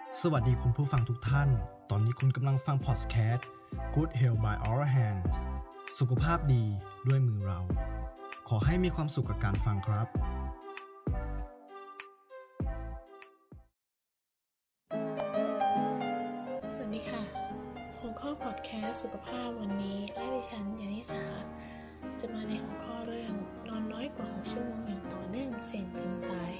สวัสดีคุณผู้ฟังทุกท่าน ตอนนี้คุณกำลังฟังพอดแคสต์ Good Health by Our Hands สุขภาพดีด้วยมือเรา ขอให้มีความสุขกับการฟังครับสวัสดีค่ะหัวข้อพอดแคสต์สุขภาพวันนี้และดิฉันยานิสาจะมาในหัวข้อเรื่องนอนน้อยกว่า6ชั่วโมงอย่างต่อเนื่องเสี่ยงถึงตาย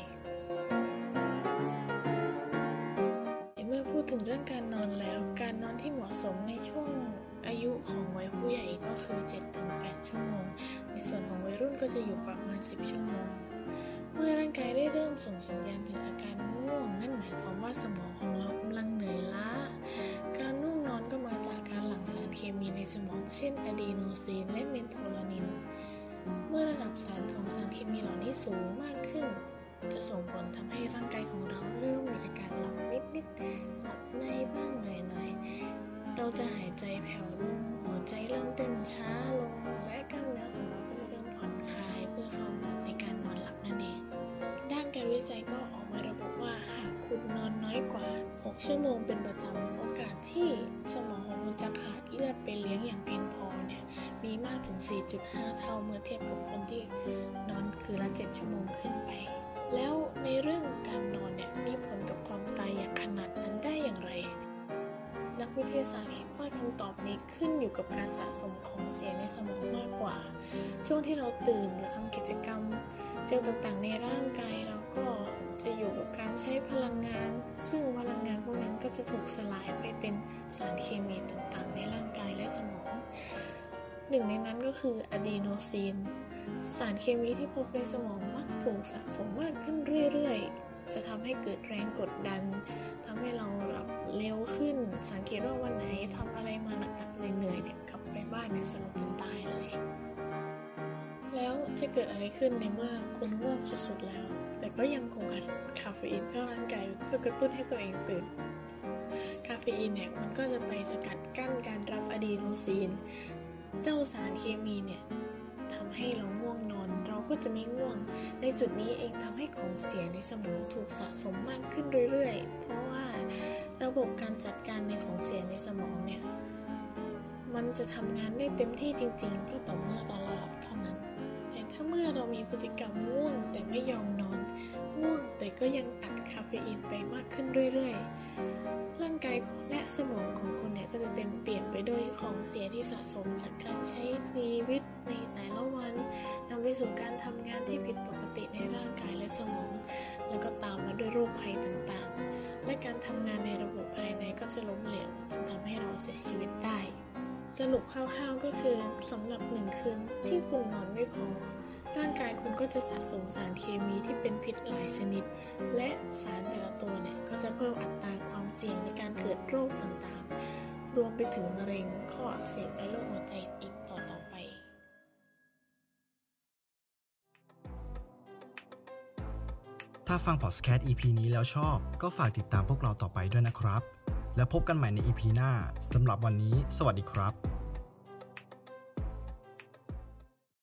เมื่อพูดถึงเรื่องการนอนแล้วการนอนที่เหมาะสมในช่วงอายุของวัยผู้ใหญ่ก็คือ 7-8 ชั่วโมงในส่วนของวัยรุ่นก็จะอยู่ประมาณ10ชั่วโมงเมื่อร่างกายได้เริ่มส่งสัญญาณถึงอาการง่วงนั่นหมายความว่าสมองของเรากำลังเหนื่อยล้าการง่วงนอนก็มาจากการหลั่งสารเคมีในสมองเช่นอะดีโนซีนและเมลโทนินเมื่อระดับสารของสารเคมีเหล่านี้สูงมากขึ้นจะส่งผลทำให้ร่างกายของเราเริ่มมีอาการหลับนิดๆหลับในบ้างเหนื่อยๆเราจะหายใจแผ่วลงหัวใจเริ่มเต้นช้าลงและกล้ามเนื้อของเราก็จะเริ่มผ่อนคลายเพื่อเข้าโหมดในการนอนหลับนั่นเองด้านการวิจัยก็ออกมาระบุว่าหากคุณนอนน้อยกว่า6ชั่วโมงเป็นประจำโอกาสที่สมองของคุณจะขาดเลือดไปเลี้ยงอย่างเพียงพอเนี่ยมีมากถึง 4.5 เท่าเมื่อเทียบกับคนที่นอนคืนละ7ชั่วโมงขึ้นไปแล้วในเรื่องการนอนเนี่ยมีผลกับความตายอย่างขนาดนั้นได้อย่างไรนักวิทยาศาสตร์คิดว่าคำตอบนี้ขึ้นอยู่กับการสะสมของเสียในสมองมากกว่าช่วงที่เราตื่นหรือทำกิจกรรมเจลต่างๆในร่างกายเราก็จะอยู่กับการใช้พลังงานซึ่งพลังงานพวกนั้นก็จะถูกสลายไปเป็นสารเคมีต่างๆในร่างกายและสมองหนึ่งในนั้นก็คืออะดีโนซีนสารเคมีที่พบในสมองมักถูกสะสมมากขึ้นเรื่อยๆจะทำให้เกิดแรงกดดันทำให้เราหลับเร็วขึ้นสังเกตว่าวันไหนทำอะไรมาหนักๆเหนื่อยๆเนี่ยกลับไปบ้านเนี่ยสลบเป็นตายเลยแล้วจะเกิดอะไรขึ้นในเมื่อคุณง่วงสุดๆแล้วแต่ก็ยังคงอัดคาเฟอีนเข้าร่างกายเพื่อกระตุ้นให้ตัวเองตื่นคาเฟอีนเนี่ยมันก็จะไปสกัดกั้นการรับอะดีโนซีนเจ้าสารเคมีเนี่ยทำให้เราง่วงนอนเราก็จะไม่ง่วงในจุดนี้เองทำให้ของเสียในสมองถูกสะสมมากขึ้นเรื่อยๆเพราะว่าระบบการจัดการในของเสียในสมองเนี่ยมันจะทำงานได้เต็มที่จริงๆก็ต่อเมื่อตอนเราหลับเท่านั้นแต่ถ้าเมื่อเรามีพฤติกรรมง่วงแต่ไม่ยอมนอนง่วงแต่ก็ยังอัดคาเฟอีนไปมากขึ้นเรื่อยๆร่างกายและสมองของคุณเนี่ยก็จะเต็มเปี่ยมไปด้วยของเสียที่สะสมจากการใช้ชีวิตในแต่ละวันนำไปสู่การทำงานที่ผิดปกติในร่างกายและสมองแล้วก็ตามมาด้วยโรคภัยต่างๆและการทำงานในระบบภายในก็จะล้มเหลวจนทำให้เราเสียชีวิตได้สรุปคร่าวๆก็คือสำหรับ1คืนที่คุณนอนไม่พอร่างกายคุณก็จะสะสมสารเคมีที่เป็นพิษหลายชนิดและสารแต่ละตัวเนี่ยก็จะเพิ่มอัตราความเสี่ยงในการเกิดโรคต่างๆรวมไปถึงมะเร็งข้ออักเสบและโรคหัวใจอีกต่อไปถ้าฟังพอดแคสต์ EP นี้แล้วชอบก็ฝากติดตามพวกเราต่อไปด้วยนะครับแล้วพบกันใหม่ใน EP หน้าสำหรับวันนี้สวัสดีครับ